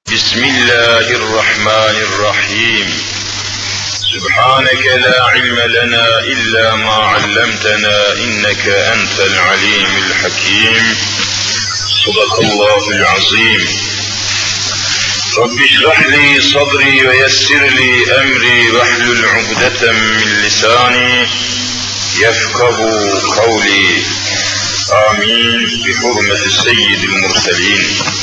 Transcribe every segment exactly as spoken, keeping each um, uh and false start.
Bismillahirrahmanirrahim. Subhaneke la ilme lena illa ma allamtena inneke entel alimul hakim. Sadakallahul azim. Rabbi şrah li sadri ve yessir li emri ve hlul ugdeten min lisani yefkahu kavli. Amin. Bi hurmeti seyyidil murselin.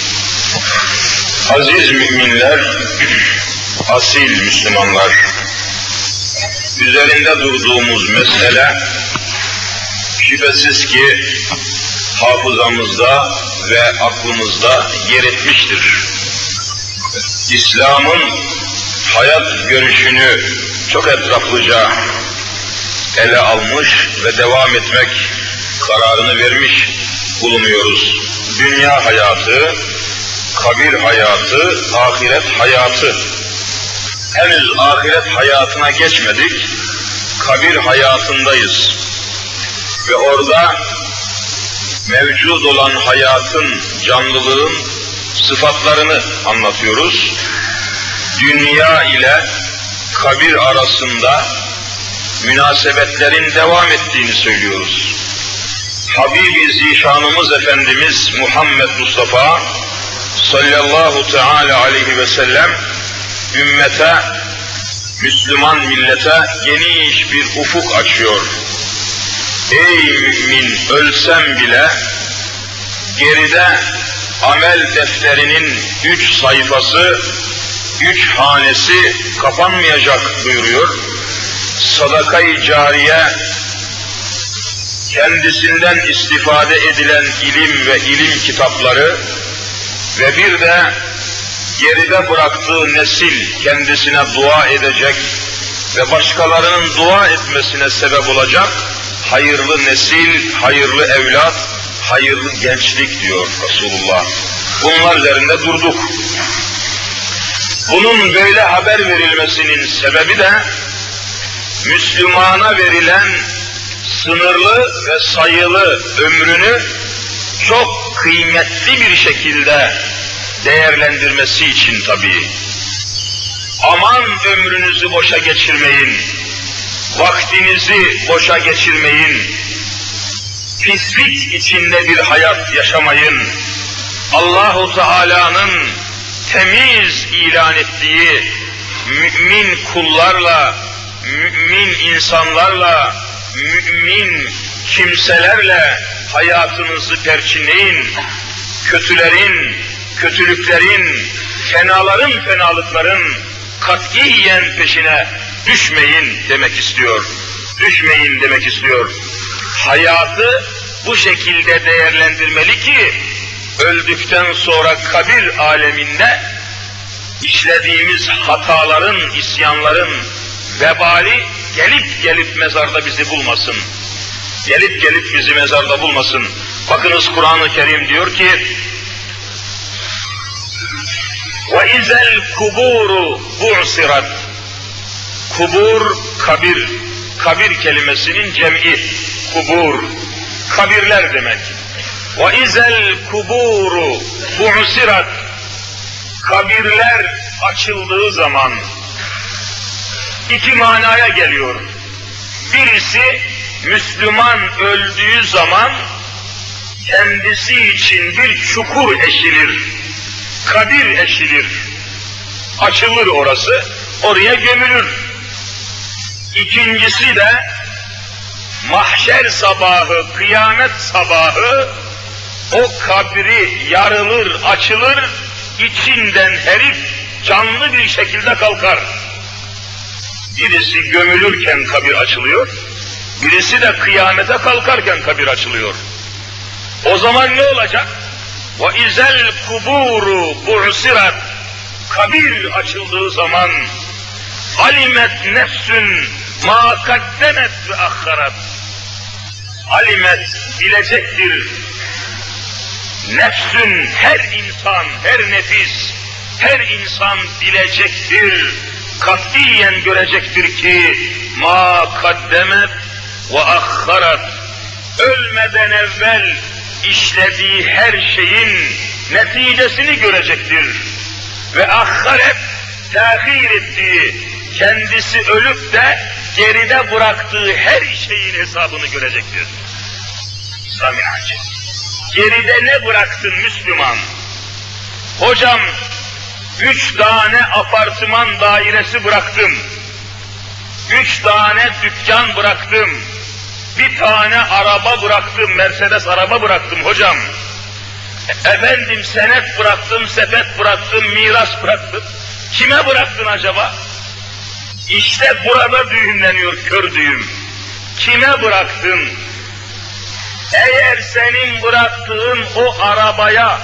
Aziz müminler, asil Müslümanlar, üzerinde durduğumuz mesele şüphesiz ki hafızamızda ve aklımızda yer etmiştir. İslam'ın hayat görüşünü çok etraflıca ele almış ve devam etmek kararını vermiş bulunuyoruz. Dünya hayatı, kabir hayatı, ahiret hayatı. Henüz ahiret hayatına geçmedik, kabir hayatındayız. Ve orada mevcut olan hayatın, canlılığın sıfatlarını anlatıyoruz. Dünya ile kabir arasında münasebetlerin devam ettiğini söylüyoruz. Habib-i Zişanımız Efendimiz Muhammed Mustafa sallallahu teala aleyhi ve sellem ümmete, Müslüman millete geniş bir ufuk açıyor. Ey mümin, ölsem bile geride amel defterinin üç sayfası, üç hanesi kapanmayacak buyuruyor. Sadaka-i cariye, kendisinden istifade edilen ilim ve ilim kitapları ve bir de geride bıraktığı nesil kendisine dua edecek ve başkalarının dua etmesine sebep olacak hayırlı nesil, hayırlı evlat, hayırlı gençlik diyor Resulullah. Bunlar üzerinde durduk. Bunun böyle haber verilmesinin sebebi de Müslümana verilen sınırlı ve sayılı ömrünü çok kıymetli bir şekilde değerlendirmesi için tabii. Aman ömrünüzü boşa geçirmeyin, vaktinizi boşa geçirmeyin, pislik içinde bir hayat yaşamayın. Allahu Teala'nın temiz ilan ettiği mümin kullarla, mümin insanlarla, mümin kimselerle hayatınızı perçinleyin. Kötülerin, kötülüklerin, fenaların, fenalıkların katiyen peşine düşmeyin demek istiyor. Düşmeyin demek istiyor. Hayatı bu şekilde değerlendirmeli ki öldükten sonra kabir aleminde işlediğimiz hataların, isyanların vebali gelip gelip mezarda bizi bulmasın. Gelip gelip bizi mezarda bulmasın. Bakınız Kur'an-ı Kerim diyor ki وَاِذَا الْكُبُورُ بُعْصِرَتْ. Kubur, kabir. Kabir kelimesinin cem'i. Kubur. Kabirler demek. وَاِذَا الْكُبُورُ بُعْصِرَتْ. Kabirler açıldığı zaman iki manaya geliyor. Birisi Müslüman öldüğü zaman kendisi için bir çukur eşilir. Kabir eşilir. Açılır orası, oraya gömülür. İkincisi de mahşer sabahı, kıyamet sabahı o kabri yarılır, açılır, içinden herif canlı bir şekilde kalkar. Birisi gömülürken kabir açılıyor, birisi de kıyamete kalkarken kabir açılıyor. O zaman ne olacak? وَاِذَا الْكُبُورُ بُعْسِرَتْ. Kabir açıldığı zaman alimet nefsün ma kaddemet ve akharat. Alimet bilecektir. Nefsün, her insan, her nefis, her insan bilecektir. Katiyen görecektir ki ma kaddemet ve akharat. Ölmeden evvel işlediği her şeyin neticesini görecektir. ve ahiret tehir ettiği, kendisi ölüp de geride bıraktığı her şeyin hesabını görecektir. Sami'acı. Geride ne bıraktın Müslüman? Hocam, üç tane apartman dairesi bıraktım. Üç tane dükkan bıraktım. Bir tane araba bıraktım, Mercedes araba bıraktım hocam. Efendim senet bıraktım, sepet bıraktım, miras bıraktım. Kime bıraktın acaba? İşte burada düğümleniyor kör düğüm. Kime bıraktın? Eğer senin bıraktığın o arabaya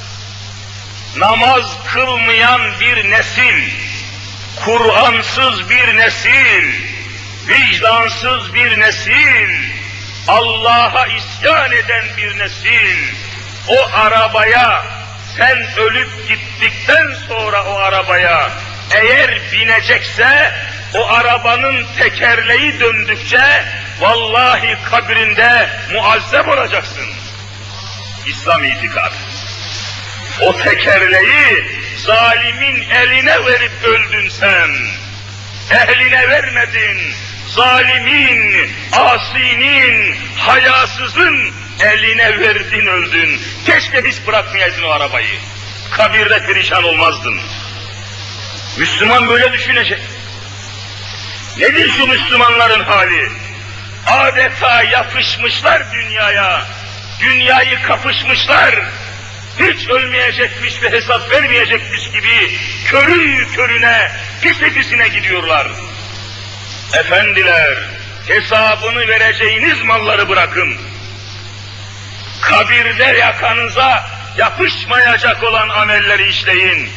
namaz kılmayan bir nesil, Kur'ansız bir nesil, vicdansız bir nesil, Allah'a isyan eden bir nesil, o arabaya sen ölüp gittikten sonra o arabaya eğer binecekse, o arabanın tekerleği döndükçe vallahi kabrinde muazzeb olacaksın. İslam itikadı. O tekerleği zalimin eline verip öldün sen. Ehline vermedin. Zalimin, asinin, hayasızın eline verdin öldün. Keşke hiç bırakmayaydın o arabayı. Kabirde perişan olmazdın. Müslüman böyle düşünecek. Nedir şu Müslümanların hali? Adeta yapışmışlar dünyaya. Dünyayı kapışmışlar. Hiç ölmeyecekmiş ve hesap vermeyecekmiş gibi körü körüne, pisi pisine gidiyorlar. Efendiler, hesabını vereceğiniz malları bırakın. Kabirde yakanıza yapışmayacak olan amelleri işleyin.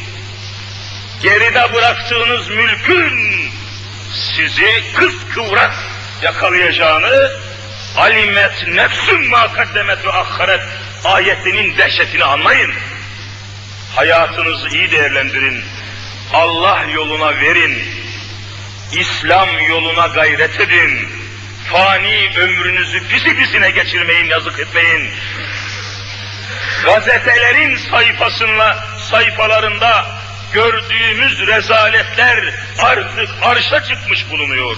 Geride bıraktığınız mülkün sizi kıskıvrak yakalayacağını alimet nefsün ma kaddemet ve ahiret ayetinin dehşetini anlayın. Hayatınızı iyi değerlendirin. Allah yoluna verin. İslam yoluna gayret edin. Fani ömrünüzü pisi pisine geçirmeyin, yazık etmeyin. Gazetelerin sayfasında, sayfalarında gördüğümüz rezaletler artık arşa çıkmış bulunuyor.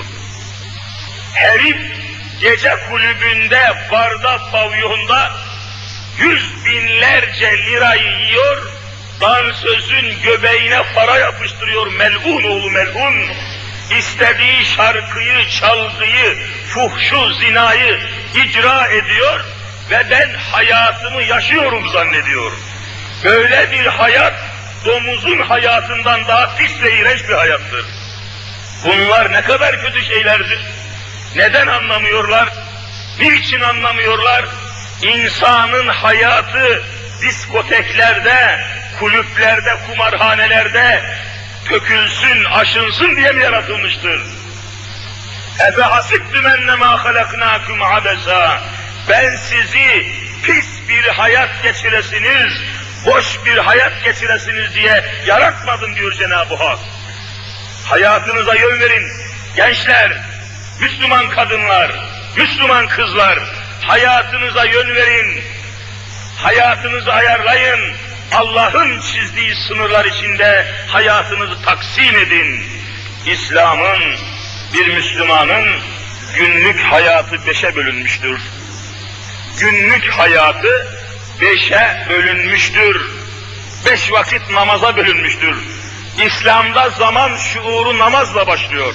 Herif gece kulübünde, barda, pavyonda yüz binlerce lirayı yiyor, dansözün göbeğine para yapıştırıyor, melun oğlu melun. İstediği şarkıyı, çalgıyı, fuhşu, zinayı icra ediyor ve ben hayatımı yaşıyorum zannediyor. Böyle bir hayat, domuzun hayatından daha pis ve iğrenç bir hayattır. Bunlar ne kadar kötü şeylerdir. Neden anlamıyorlar? Niçin anlamıyorlar? İnsanın hayatı diskoteklerde, kulüplerde, kumarhanelerde tökülsün, aşınsın diye mi yaratılmıştır? Efe hasibtüm ennemâ halaknâküm abesâ. Ben sizi pis bir hayat geçiresiniz, boş bir hayat geçiresiniz diye yaratmadım diyor Cenab-ı Hak. Hayatınıza yön verin. Gençler, Müslüman kadınlar, Müslüman kızlar, hayatınıza yön verin. Hayatınızı ayarlayın. Allah'ın çizdiği sınırlar içinde hayatınızı taksim edin. İslam'ın, bir Müslümanın günlük hayatı beşe bölünmüştür. Günlük hayatı beşe bölünmüştür. Beş vakit namaza bölünmüştür. İslam'da zaman şuuru namazla başlıyor.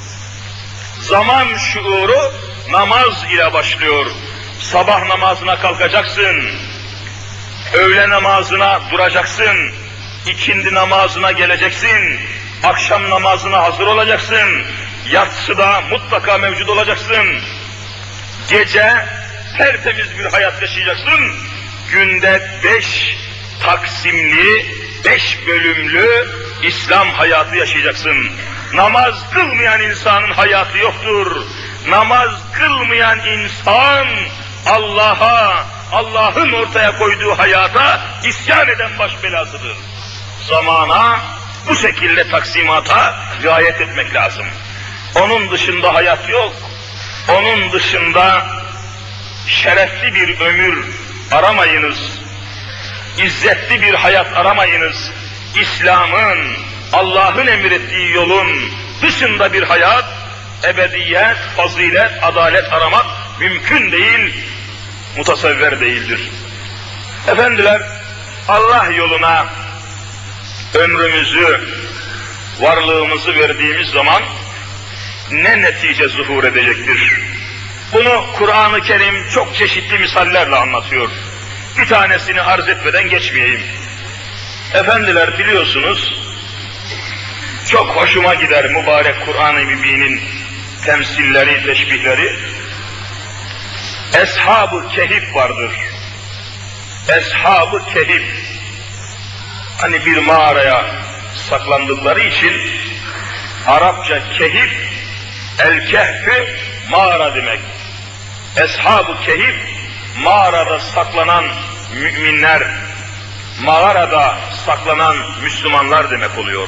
Zaman şuuru namaz ile başlıyor. Sabah namazına kalkacaksın. Öğle namazına duracaksın. İkindi namazına geleceksin. Akşam namazına hazır olacaksın. Yatsıda mutlaka mevcut olacaksın. Gece tertemiz bir hayat yaşayacaksın. Günde beş taksimli, beş bölümlü İslam hayatı yaşayacaksın. Namaz kılmayan insanın hayatı yoktur. Namaz kılmayan insan Allah'a, Allah'ın ortaya koyduğu hayata isyan eden baş belasıdır. Zamana, bu şekilde taksimata riayet etmek lazım. Onun dışında hayat yok. Onun dışında şerefli bir ömür aramayınız. İzzetli bir hayat aramayınız. İslam'ın, Allah'ın emrettiği yolun dışında bir hayat, ebediyet, fazilet, adalet aramak mümkün değil, mutasavver değildir. Efendiler, Allah yoluna ömrümüzü, varlığımızı verdiğimiz zaman ne netice zuhur edecektir? Bunu Kur'an-ı Kerim çok çeşitli misallerle anlatıyor. Bir tanesini arz etmeden geçmeyeyim. Efendiler, biliyorsunuz, çok hoşuma gider mübarek Kur'an-ı Mübin'in temsilleri, teşbihleri. Eshab-ı Kehif vardır. Eshab-ı Kehif. Hani bir mağaraya saklandıkları için Arapça kehif, el-kehfi mağara demek. Eshab-ı Kehif, mağarada saklanan müminler, mağarada saklanan Müslümanlar demek oluyor.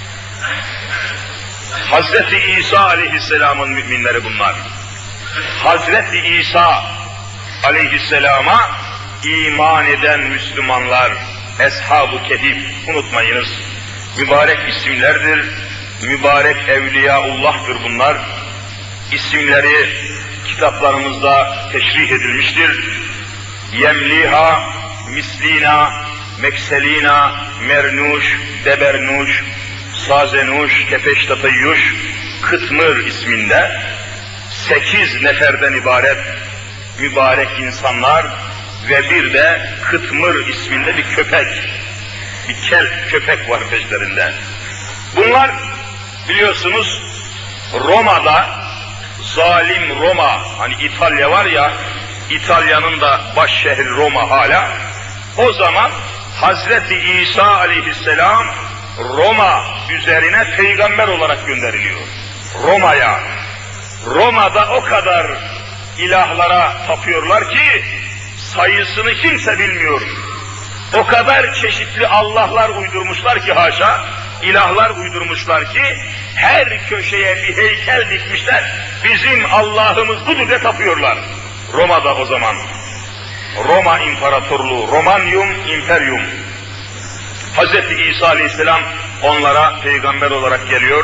Hazreti İsa aleyhisselamın müminleri bunlar. Hazreti İsa aleyhisselama iman eden Müslümanlar, Eshab-ı Kehif, unutmayınız. Mübarek isimlerdir, mübarek evliyaullah'tır bunlar. İsimleri kitaplarımızda teşrih edilmiştir. Yemliha, Mislina, Mekselina, Mernuş, Debernuş, Sazenuş, Tepeştatayyuş, Kıtmır isminde sekiz neferden ibaret mübarek insanlar ve bir de Kıtmır isminde bir köpek, bir kel köpek var peşlerinde. Bunlar biliyorsunuz Roma'da, zalim Roma, hani İtalya var ya, İtalya'nın da baş şehri Roma hala, o zaman Hazreti İsa aleyhisselam Roma üzerine peygamber olarak gönderiliyor. Roma'ya. Roma'da o kadar ilahlara tapıyorlar ki sayısını kimse bilmiyor. O kadar çeşitli Allah'lar uydurmuşlar ki haşa, ilahlar uydurmuşlar ki her köşeye bir heykel dikmişler. Bizim Allah'ımız budur diye tapıyorlar. Roma'da o zaman. Roma İmparatorluğu, Romanium Imperium. Hazreti İsa Aleyhisselam onlara peygamber olarak geliyor.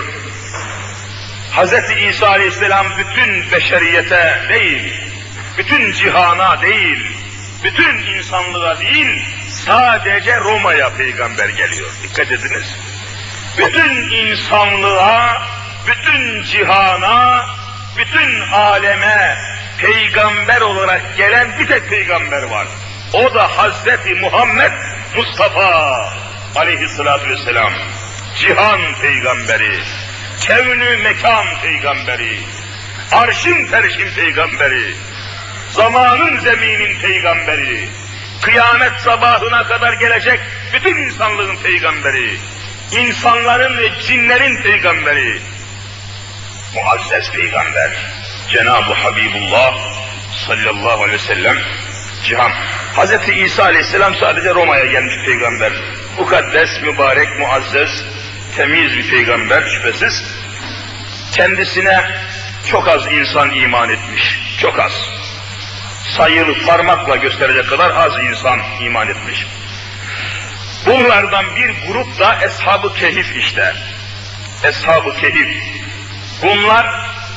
Hazreti İsa Aleyhisselam bütün beşeriyete değil, bütün cihana değil, bütün insanlığa değil, sadece Roma'ya peygamber geliyor. Dikkat ediniz. Bütün insanlığa, bütün cihana, bütün aleme peygamber olarak gelen bir tek peygamber var. O da Hazreti Muhammed Mustafa aleyhissalatü vesselam. Cihan peygamberi, kevnü mekan peygamberi, arşın ferşin peygamberi, zamanın zeminin peygamberi, kıyamet sabahına kadar gelecek bütün insanlığın peygamberi, insanların ve cinlerin peygamberi, muazzez peygamber, Cenab-ı Habibullah sallallahu aleyhi ve sellem, cihan. Hazreti İsa aleyhisselam sadece Roma'ya gelmiş peygamber. Mukaddes, mübarek, muazzez, temiz bir peygamber şüphesiz. Kendisine çok az insan iman etmiş, çok az. Sayılı parmakla gösterecek kadar az insan iman etmiş. Bunlardan bir grup da Eshab-ı Kehif işte. Eshab-ı Kehif. Bunlar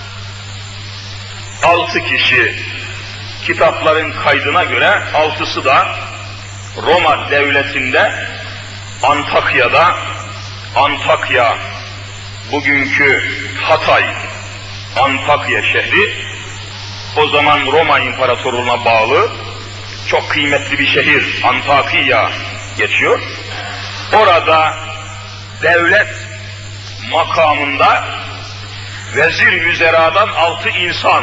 altı kişi. Kitapların kaydına göre altısı da Roma devletinde Antakya'da, Antakya bugünkü Hatay, Antakya şehri, o zaman Roma İmparatorluğu'na bağlı çok kıymetli bir şehir, Antakya geçiyor. Orada devlet makamında vezir yüzeradan altı insan,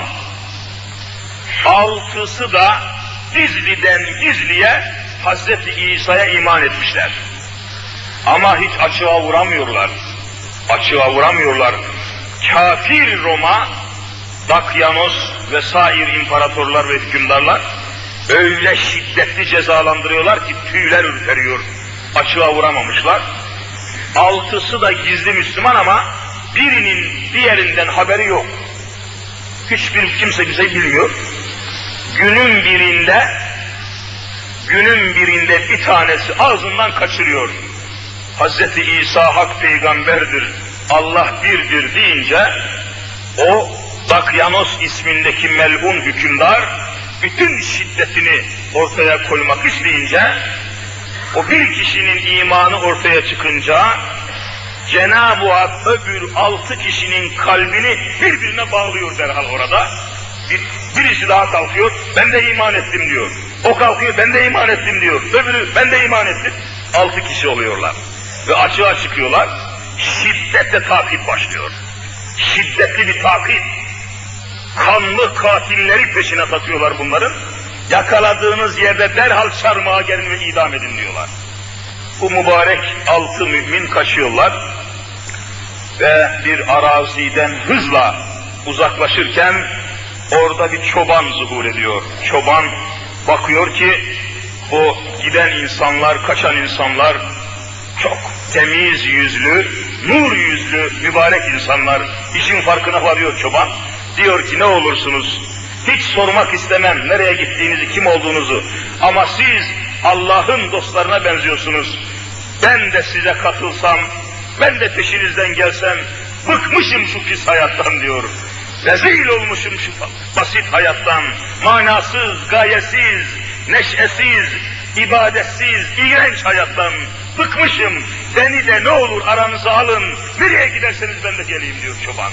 altısı da gizliden gizliye Hazreti İsa'ya iman etmişler. Ama hiç açığa vuramıyorlar. Açığa vuramıyorlar. Kafir Roma, Dakyanos ve sair imparatorlar ve hükümdarlar öyle şiddetli cezalandırıyorlar ki tüyler ürperiyor. Açığa vuramamışlar. Altısı da gizli Müslüman ama birinin diğerinden haberi yok. Hiçbir kimse bir şey bilmiyor. Günün birinde, günün birinde bir tanesi ağzından kaçırıyor. Hazreti İsa hak peygamberdir, Allah birdir deyince, o Dakyanos ismindeki melun hükümdar, bütün şiddetini ortaya koymak isteyince, o bir kişinin imanı ortaya çıkınca, Cenab-ı Hak öbür altı kişinin kalbini birbirine bağlıyor derhal orada. Bir, birisi daha kalkıyor, ben de iman ettim diyor. O kalkıyor, ben de iman ettim diyor. Öbürü, ben de iman ettim. Altı kişi oluyorlar. Ve açığa çıkıyorlar, şiddetle takip başlıyor. Şiddetli bir takip. Kanlı katilleri peşine takıyorlar bunların. Yakaladığınız yerde derhal çarmıha gelin ve idam edin diyorlar. Bu mübarek altı mümin kaçıyorlar ve bir araziden hızla uzaklaşırken orada bir çoban zuhur ediyor. Çoban bakıyor ki o giden insanlar, kaçan insanlar çok temiz yüzlü, nur yüzlü, mübarek insanlar. İşin farkına varıyor çoban. Diyor ki ne olursunuz, hiç sormak istemem nereye gittiğinizi, kim olduğunuzu. Ama siz Allah'ın dostlarına benziyorsunuz. Ben de size katılsam, ben de peşinizden gelsem, bıkmışım şu pis hayattan diyor. Rezil olmuşum şu basit hayattan, manasız, gayesiz, neşesiz, ibadetsiz, iğrenç hayattan bıkmışım. Beni de ne olur aranıza alın, nereye giderseniz ben de geleyim diyor çoban.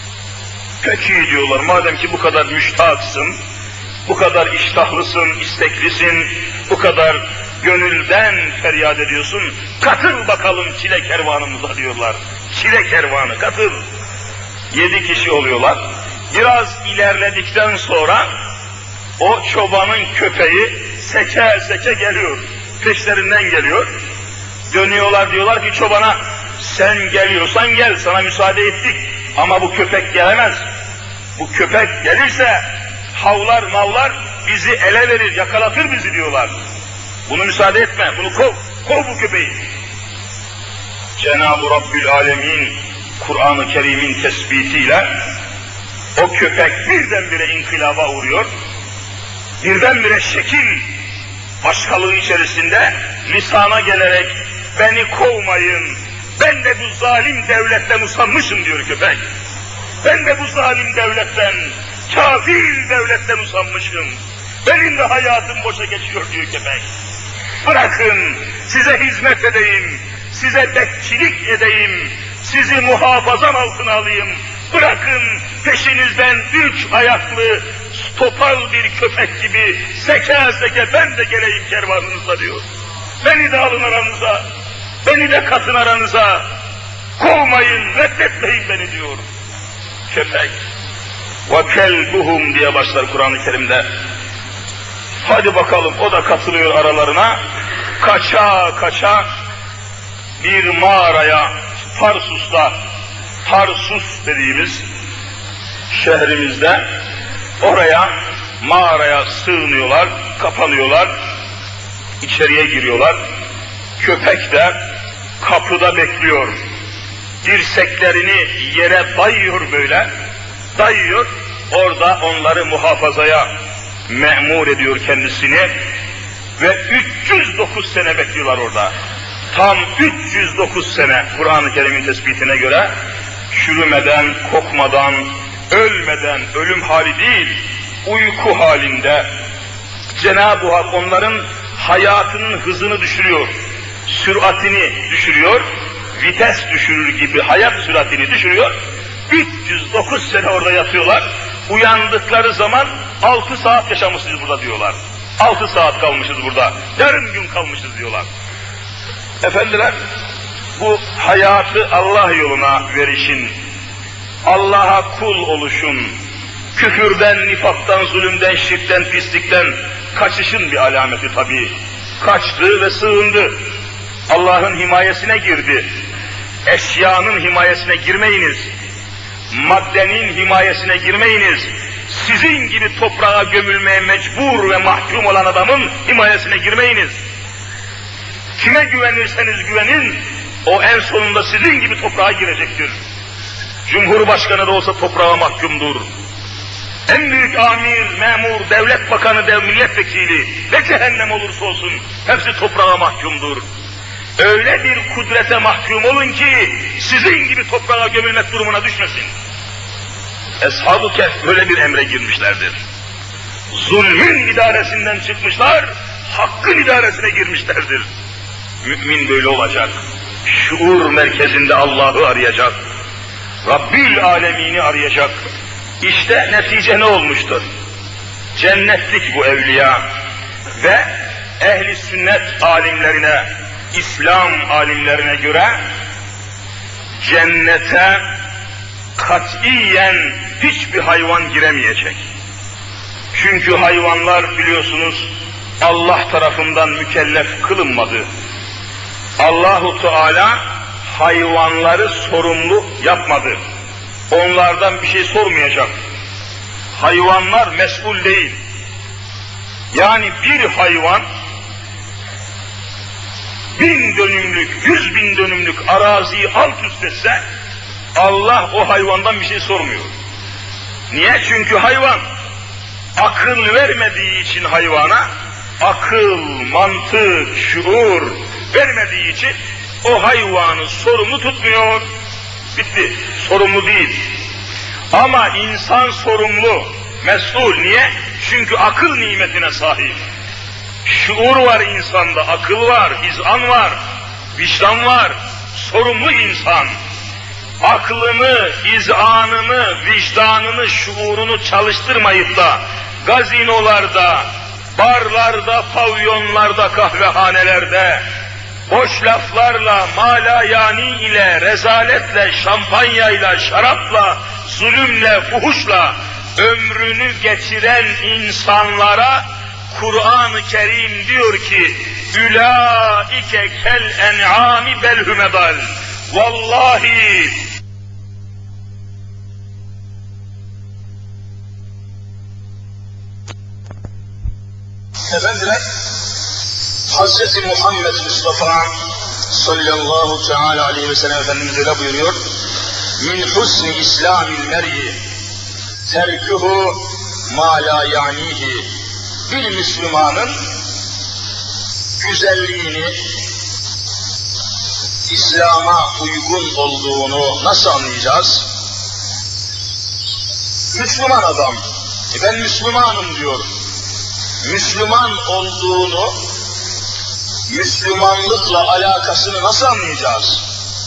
Peki diyorlar, madem ki bu kadar müştaksın, bu kadar iştahlısın, isteklisin, bu kadar gönülden feryat ediyorsun, katıl bakalım çile kervanımıza diyorlar. Çile kervanı katıl. Yedi kişi oluyorlar. Biraz ilerledikten sonra o çobanın köpeği seke seke geliyor. Peşlerinden geliyor. Dönüyorlar, diyorlar ki çobana, sen geliyorsan gel, sana müsaade ettik. Ama bu köpek gelemez. Bu köpek gelirse havlar mavlar bizi ele verir, yakalatır bizi diyorlar. Bunu müsaade etme, bunu kov, kov bu köpeği. Cenab-ı Rabbül Alemin Kur'an-ı Kerim'in tespitiyle o köpek birdenbire inkılaba uğruyor. Birdenbire şekil başkalığı içerisinde lisana gelerek beni kovmayın, ben de bu zalim devletten usanmışım diyor köpek. Ben de bu zalim devletten, kafir devletten usanmışım. Benim de hayatım boşa geçiyor diyor köpek. Bırakın size hizmet edeyim, size bekçilik edeyim, sizi muhafazam altına alayım. Bırakın peşinizden üç ayaklı, topal bir köpek gibi seke seke ben de geleyim kervanınızla diyor. Beni de alın aranıza, beni de katın aranıza, kovmayın, reddetmeyin beni diyor. Köpek. وَكَلْبُهُمْ diye başlar Kur'an-ı Kerim'de. Hadi bakalım, o da katılıyor aralarına. Kaça kaça bir mağaraya, Tarsus'ta, Tarsus dediğimiz şehrimizde, oraya, mağaraya sığınıyorlar, kapanıyorlar, içeriye giriyorlar. Köpek de kapıda bekliyor. Dirseklerini yere dayıyor böyle, dayıyor, orada onları muhafazaya memur ediyor kendisini ve üç yüz dokuz sene bekliyorlar orada. Tam üç yüz dokuz sene Kur'an-ı Kerim'in tespitine göre çürümeden, kokmadan, ölmeden, ölüm hali değil, uyku halinde Cenab-ı Hak onların hayatının hızını düşürüyor, süratini düşürüyor, vites düşürür gibi hayat süratini düşürüyor. üç yüz dokuz sene orada yatıyorlar. Uyandıkları zaman altı saat yaşamışız burada diyorlar. altı saat kalmışız burada. Yarım gün kalmışız diyorlar. Efendiler, bu hayatı Allah yoluna verişin, Allah'a kul oluşun, küfürden, nifaktan, zulümden, şirkten, pislikten kaçışın bir alameti tabii. Kaçtı ve sığındı. Allah'ın himayesine girdi. Eşyanın himayesine girmeyiniz. Maddenin himayesine girmeyiniz. Sizin gibi toprağa gömülmeye mecbur ve mahkum olan adamın himayesine girmeyiniz. Kime güvenirseniz güvenin, o en sonunda sizin gibi toprağa girecektir. Cumhurbaşkanı da olsa toprağa mahkumdur. En büyük amir, memur, devlet bakanı, dev milletvekili ve cehennem olursa olsun hepsi toprağa mahkumdur. öyle bir kudrete mahkum olun ki sizin gibi toprağa gömülmek durumuna düşmesin. Eshab-ı Kehf böyle bir emre girmişlerdir. Zulmün idaresinden çıkmışlar, hakkın idaresine girmişlerdir. Mümin böyle olacak. Şuur merkezinde Allah'ı arayacak. Rabbil alemini arayacak. İşte netice ne olmuştur? Cennetlik bu evliya ve ehli sünnet alimlerine, İslam alimlerine göre cennete katiyen hiçbir hayvan giremeyecek. Çünkü hayvanlar biliyorsunuz Allah tarafından mükellef kılınmadı. Allahu Teala hayvanları sorumlu yapmadı. Onlardan bir şey sormayacak. Hayvanlar mesul değil. Yani bir hayvan bin dönümlük, yüz bin dönümlük araziyi alt üst etse Allah o hayvandan bir şey sormuyor. Niye? Çünkü hayvan akıl vermediği için hayvana, akıl, mantık, şuur vermediği için o hayvanı sorumlu tutmuyor. Bitti. Sorumlu değil. Ama insan sorumlu, mesul. Niye? Çünkü akıl nimetine sahip. Şuur var insanda, akıl var, izan var, vicdan var. Sorumlu insan. Aklını, izanını, vicdanını, şuurunu çalıştırmayıp da gazinolarda, barlarda, pavyonlarda, kahvehanelerde boş laflarla, malayani ile, rezaletle, şampanyayla, şarapla, zulümle, fuhuşla ömrünü geçiren insanlara Kur'an-ı Kerim diyor ki ulaike kel en'ami bel humedal. Vallahi efendiler Hazreti Muhammed Mustafa sallallahu teala aleyhi ve sellem Efendimiz öyle buyuruyor. Min husni İslamil mer'i terkuhu ma la yanihi. Bir Müslümanın güzelliğini, İslam'a uygun olduğunu nasıl anlayacağız? Müslüman adam, ben Müslümanım diyor. Müslüman olduğunu, Müslümanlıkla alakasını nasıl anlayacağız?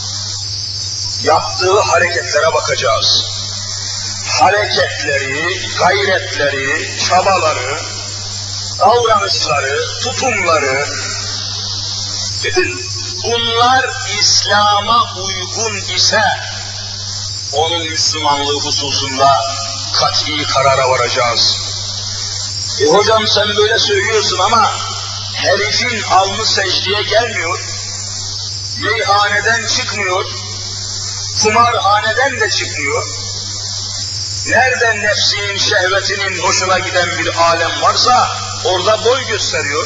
Yaptığı hareketlere bakacağız. Hareketleri, gayretleri, çabaları, davranışları, tutumları, bütün bunlar İslam'a uygun ise onun Müslümanlığı hususunda kat'i karara varacağız. E hocam sen böyle söylüyorsun ama herifin alnı secdeye gelmiyor, meyhaneden çıkmıyor, kumarhaneden de çıkmıyor. Nereden nefsinin, şehvetinin hoşuna giden bir alem varsa orada boy gösteriyor.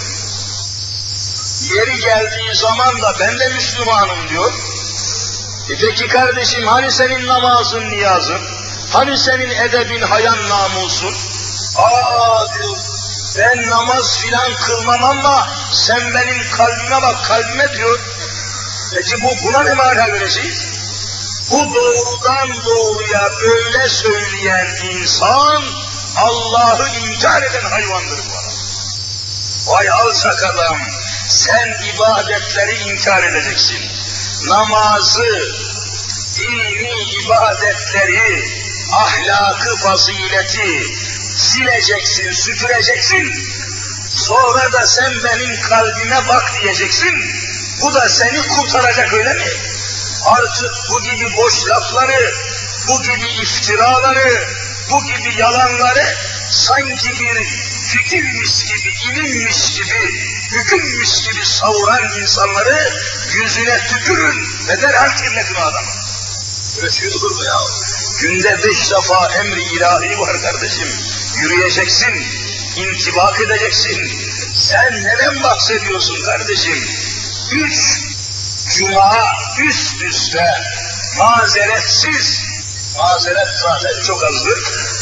Yeri geldiği zaman da ben de Müslümanım diyor. E peki kardeşim hani senin namazın, niyazın? Hani senin edebin, hayan, namusun? Aa diyor, ben namaz filan kılmam ama sen benim kalbime bak, kalbime diyor. Peki bu buna ne mana vereceğiz? Bu doğrudan doğruya böyle söyleyen insan Allah'ı inkar eden hayvandır bu adam. Vay alçak adam, sen ibadetleri inkar edeceksin. Namazı, dini ibadetleri, ahlakı, fazileti sileceksin, süpüreceksin. Sonra da sen benim kalbime bak diyeceksin. Bu da seni kurtaracak öyle mi? Artık bu gibi boş lafları, bu gibi iftiraları, bu gibi yalanları sanki bir fikirmiş gibi, ilimmiş gibi, hükümmiş gibi savuran insanları yüzüne tükürün ve derhal kirletin o adamı. Böyle şey olur mu ya? Günde beş defa emri ilahi var kardeşim. Yürüyeceksin, intibak edeceksin. Sen neden bahsediyorsun kardeşim? Üç cuma üst üste mazeretsiz, mazeret zaten çok azdır,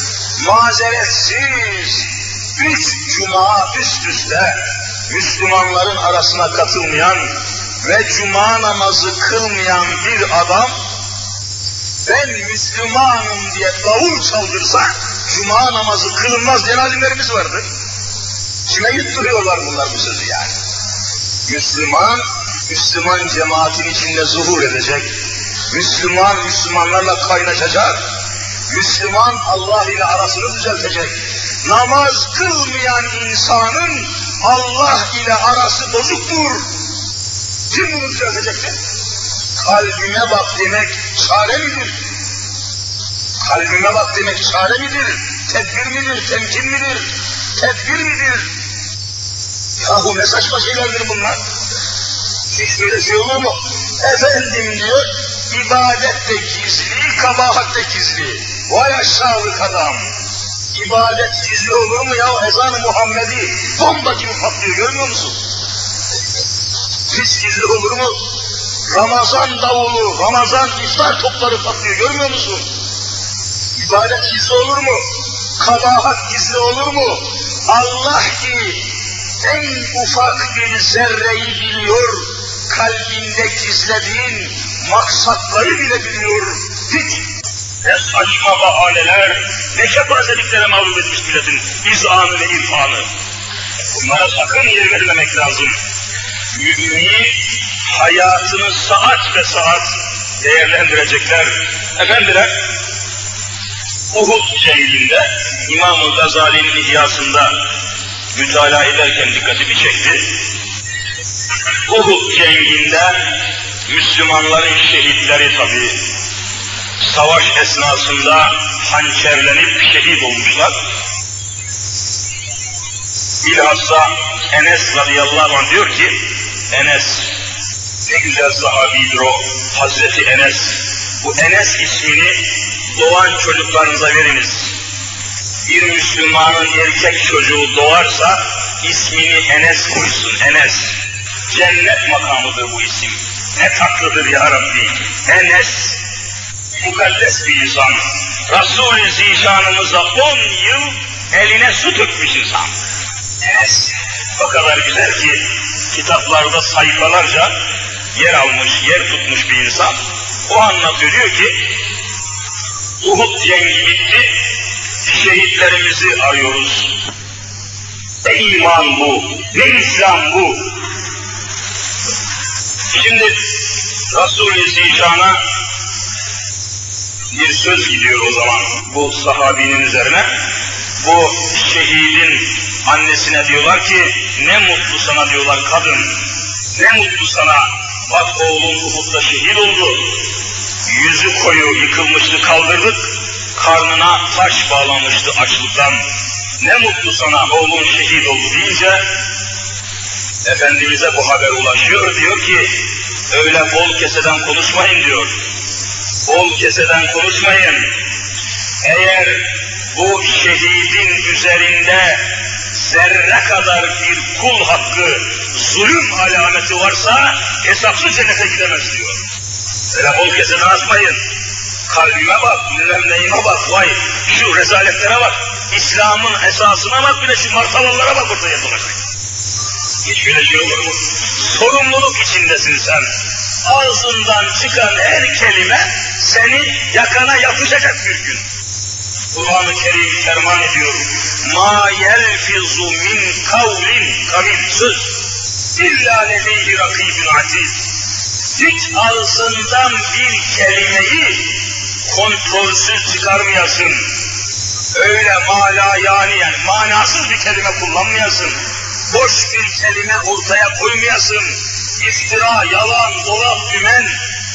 mazeretsiz üç cuma üst üste Müslümanların arasına katılmayan, ve cuma namazı kılmayan bir adam, ben Müslümanım diye davul çaldırsa, cuma namazı kılınmaz diyen alimlerimiz vardı. Kime yutturuyorlar bunlar bu sözü yani? Müslüman, Müslüman cemaatin içinde zuhur edecek. Müslüman, Müslümanlarla kaynaşacak. Müslüman, Allah ile arasını düzeltecek. Namaz kılmayan insanın Allah ile arası bozuktur. Kim bunu düzeltecektir? Kalbime bak demek çare midir? Kalbime bak demek çare midir? Tedbir midir? Temkin midir? Tedbir midir? Yahu ne saçma şeylerdir bunlar? Hiç böyle şey olur mu? Efendim diyor, ibadet de gizli, kabahat da gizli. Vay aşağılık adam! İbadet gizli olur mu ya? Ezan-ı Muhammedi bomba gibi patlıyor, görmüyor musun? Hiç gizli olur mu? Ramazan davulu, Ramazan iftar topları patlıyor, görmüyor musun? İbadet gizli olur mu? Kabahat gizli olur mu? Allah ki en ufak bir zerreyi biliyor, kalbinde gizlediğin maksatları bile biliyor. Hiç ne saçma bahaneler, ne kepazeliklere mağlup etmiş milletin izanı ve irfanı. Bunlara sakın yer vermemek lazım. Mümini hayatını saat ve saat değerlendirecekler. Efendiler, Uhud şehrinde İmam-ı Gazali'nin ihyasında mütalaa ederken dikkatimi çekti. Uhud cenginde Müslümanların şehitleri tabii savaş esnasında hançerlenip şehit olmuşlar. Bilhassa Enes radıyallahu anh diyor ki, Enes ne güzel sahabidir o, Hazreti Enes. Bu Enes ismini doğan çocuklarınıza veriniz. Bir Müslümanın erkek çocuğu doğarsa ismini Enes koysun, Enes. Cennet makamıdır bu isim. Ne tatlıdır ya Rabbi. Enes, mukaddes bir insan. Resul-i Zişanımıza on yıl eline su dökmüş insan. Enes, o kadar güzel ki kitaplarda sayfalarca yer almış, yer tutmuş bir insan. O anlatıyor, diyor ki, Uhud cengi bitti, şehitlerimizi arıyoruz. Ne iman bu, ne İslam bu. Şimdi Resul-i Zişan'a bir söz gidiyor o zaman bu sahabinin üzerine. Bu şehidin annesine diyorlar ki, ne mutlu sana diyorlar kadın, ne mutlu sana, bak oğlun Uhud'da şehit oldu, yüzü koyu yıkılmıştı, kaldırdık, karnına taş bağlamıştı açlıktan, ne mutlu sana oğlun şehit oldu deyince, Efendimiz'e bu haber ulaşıyor, diyor ki, öyle bol keseden konuşmayın diyor, bol keseden konuşmayın, eğer bu şehidin üzerinde zerre kadar bir kul hakkı, zulüm alameti varsa hesapsız cennete gidemez diyor. Öyle bol keseden açmayın. Kalbime bak, mülemneyime bak, vay şu rezaletlere bak, İslam'ın esasına bak, bir de şu martavallara bak orada yapılacak. Hiç böyle şey olur mu? Sorumluluk içindesin sen. Ağzından çıkan her kelime seni yakana yapışacak bir gün. Kur'an-ı Kerim ferman ediyor. Ma yelfizu min kavlin, kavil söz. İlla leyhi rakibun atid. Hiç ağzından bir kelimeyi kontrolsüz çıkarmayasın. Öyle mala yani, yani manasız bir kelime kullanmayasın. Boş bir kelime ortaya koymayasın. İftira, yalan, dolap, dümen.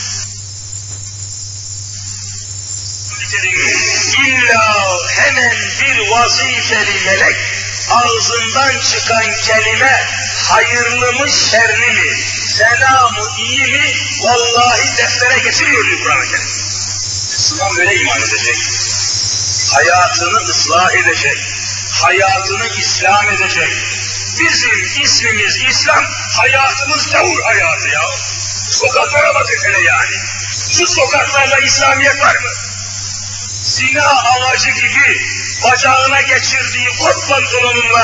İlla hemen bir vazifeli melek ağzından çıkan kelime hayırlı mı şerli mi, fena mı iyi mi, vallahi deftere geçiriyor diyor Kur'an-ı Kerim. Müslüman böyle iman edecek. Hayatını ıslah edecek. Hayatını İslam edecek. Bizim ismimiz İslam, hayatımız gavur hayatı ya. Sokaklara bakın hele yani. Şu sokaklarda İslamiyet var mı? Zina ağacı gibi bacağına geçirdiği kot pantolonunla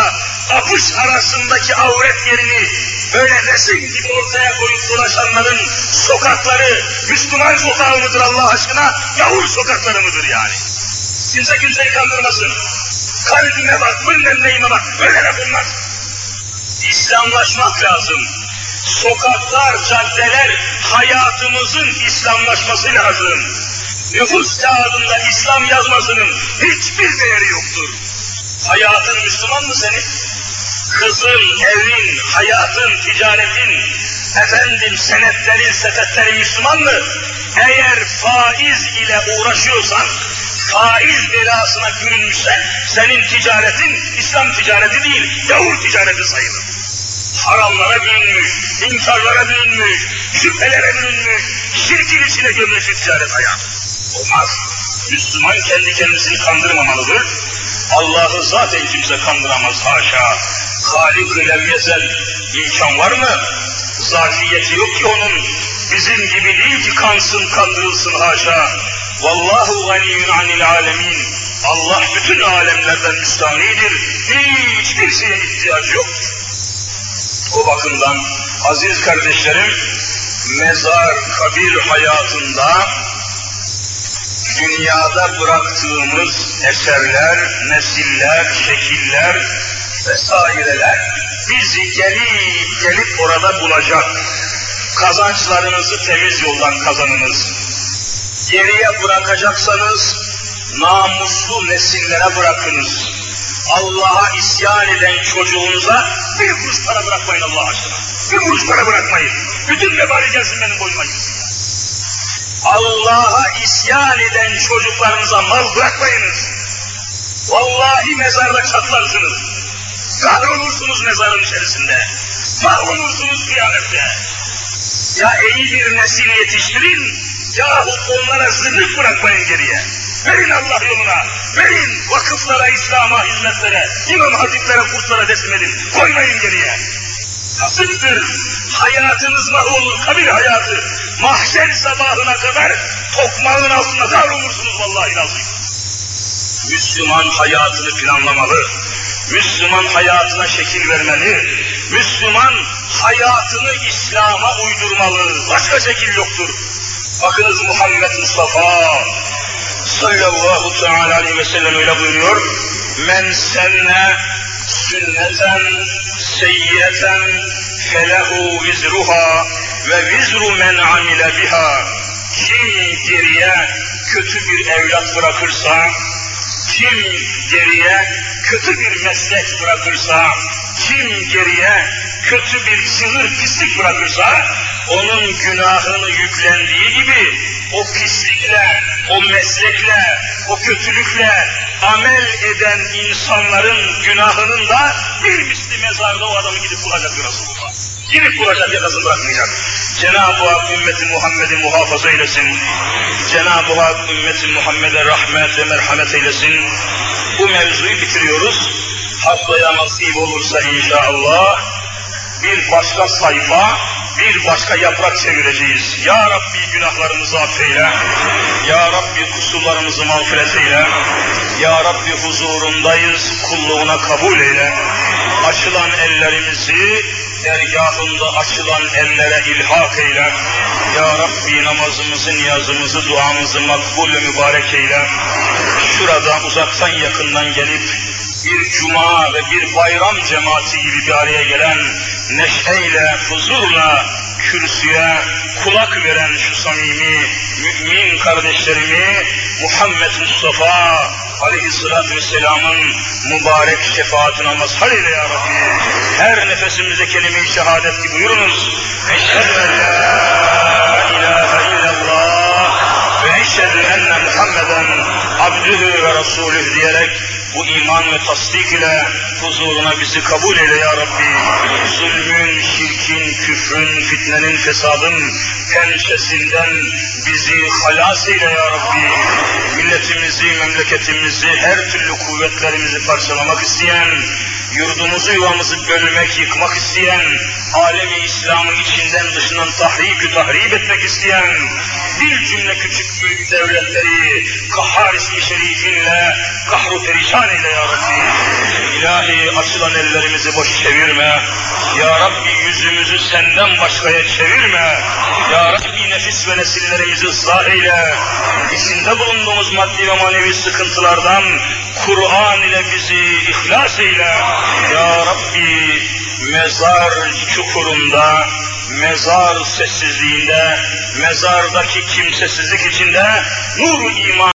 apış arasındaki avret yerini böyle resim gibi ortaya koyup dolaşanların sokakları Müslüman sokağı mıdır Allah aşkına? Yavur sokakları mıdır yani? Kimse kimseyi kandırmasın. Kalbime bak, bilmem neyime bak, böyle laf olmaz. İslamlaşmak lazım. Sokaklar, caddeler hayatımızın İslamlaşması lazım. Nüfus kağıdında İslam yazmasının hiçbir değeri yoktur. Hayatın Müslüman mı senin? Kızın, evin, hayatın, ticaretin, efendim senetlerin, sepetlerin Müslüman mı? Eğer faiz ile uğraşıyorsan, faiz belasına bürünmüşsen, senin ticaretin İslam ticareti değil, yavur ticareti sayılır. Haramlara bürünmüş, inkarlara bürünmüş, şüphelere bürünmüş, şirkin içine gömülmüş ticaret hayatı. Olmaz. Müslüman kendi kendisini kandırmamalıdır. Allah'ı zaten kimse kandıramaz, haşa. Halik-i levyezel imkan var mı? Zatiyeti yok ki onun. Bizim gibi değil ki kansın, kandırılsın, haşa. Vallahu ganiyyun anil alemin. Allah bütün alemlerden müstahnidir. Hiçbir şeye ihtiyacı yok. O bakımdan aziz kardeşlerim, mezar, kabir hayatında dünyada bıraktığımız eserler, nesiller, şekiller vesaireler bizi gelip gelip orada bulacak. Kazançlarınızı temiz yoldan kazanınız. Geriye bırakacaksanız namuslu nesillere bırakınız. Allah'a isyan eden çocuğunuza bir kuruş para bırakmayın Allah aşkına. Bir kuruş para bırakmayın. Bütün vebali gelsin benim boynuma gitsin. Allah'a isyan eden çocuklarınıza mal bırakmayınız. Vallahi mezarda çatlarsınız. Kahrolursunuz mezarın içerisinde. Mahvolursunuz kıyamette. Ya iyi bir nesil yetiştirin, yahut onlara zırnık bırakmayın geriye. Verin Allah yoluna, verin vakıflara, İslam'a, hizmetlere, imam hatiplere, kurslara teslim edin. Koymayın geriye. Kasıttır, hayatınız mahvolur, kabir hayatı. Mahşer sabahına kadar tokmağın altında kahrolursunuz vallahi lazım. Müslüman hayatını planlamalı. Müslüman hayatına şekil vermeli. Müslüman hayatını İslam'a uydurmalı. Başka şekil yoktur. Bakınız Muhammed Mustafa sallallahu teala aleyhi ve sellem öyle buyuruyor. Men senne sünneten seyyiyeten felehu vizruha ve vizru men amile biha. Kim geriye kötü bir evlat bırakırsa, kim geriye kötü bir meslek bırakırsa, kim geriye kötü bir sınır pislik bırakırsa, onun günahını yüklendiği gibi o pislikle, o meslekle, o kötülükle amel eden insanların günahının da bir misli mezarda o adamı gidip bulacak Resulullah. Gidip bulacak, yakasını bırakmayacak. Cenab-ı Hak ümmeti Muhammed'i muhafaza eylesin. Cenab-ı Hak ümmeti Muhammed'e rahmet ve merhamet eylesin. Bu mevzuyu bitiriyoruz. Haftaya nasip olursa inşallah bir başka sayfa, bir başka yaprak çevireceğiz. Ya Rabbi günahlarımızı affeyle. Ya Rabbi kusurlarımızı mağfiret eyle. Ya Rabbi huzurundayız, kulluğuna kabul eyle. Açılan ellerimizi dergahında açılan ellere ilhak eyle. Ya Rabbi namazımızı, niyazımızı, duamızı makbul ve mübarek eyle. Şurada uzaktan yakından gelip bir cuma ve bir bayram cemaati gibi bir araya gelen neşeyle, huzurla kürsüye kulak veren şu samimi mümin kardeşlerimi Muhammed Mustafa aleyhissalatü vesselamın mübarek şefaatine mazhar eyle ya Rabbi. Her nefesimize kelime-i şehadet gibi buyurunuz. Eşhedü en la ilahe illallah ve eşhedü enne Muhammeden abdühü ve rasulüh diyerek bu iman ve tasdik ile huzuruna bizi kabul eyle ya Rabbi. Zulmün, şirkin, küfrün, fitnenin, fesadın pençesinden bizi halas eyle ya Rabbi. Milletimizi, memleketimizi, her türlü kuvvetlerimizi parçalamak isteyen, yurdumuzu, yuvamızı bölmek, yıkmak isteyen, alemi İslam'ın içinden dışından tahrip-ü tahrip etmek isteyen, bir cümle küçük büyük devletleri kahhar ismi şerifinle kahru perişan eyle ya Rabbi. İlahi açılan ellerimizi boş çevirme. Ya Rabbi yüzümüzü senden başkaya çevirme. Ya Rabbi nefis ve nesillerimizi ıslah eyle. İçinde bulunduğumuz maddi ve manevi sıkıntılardan Kur'an ile bizi ihlas eyle. Ya Rabbi mezar çukurunda, mezar sessizliğinde, mezardaki kimsesizlik içinde nur-u iman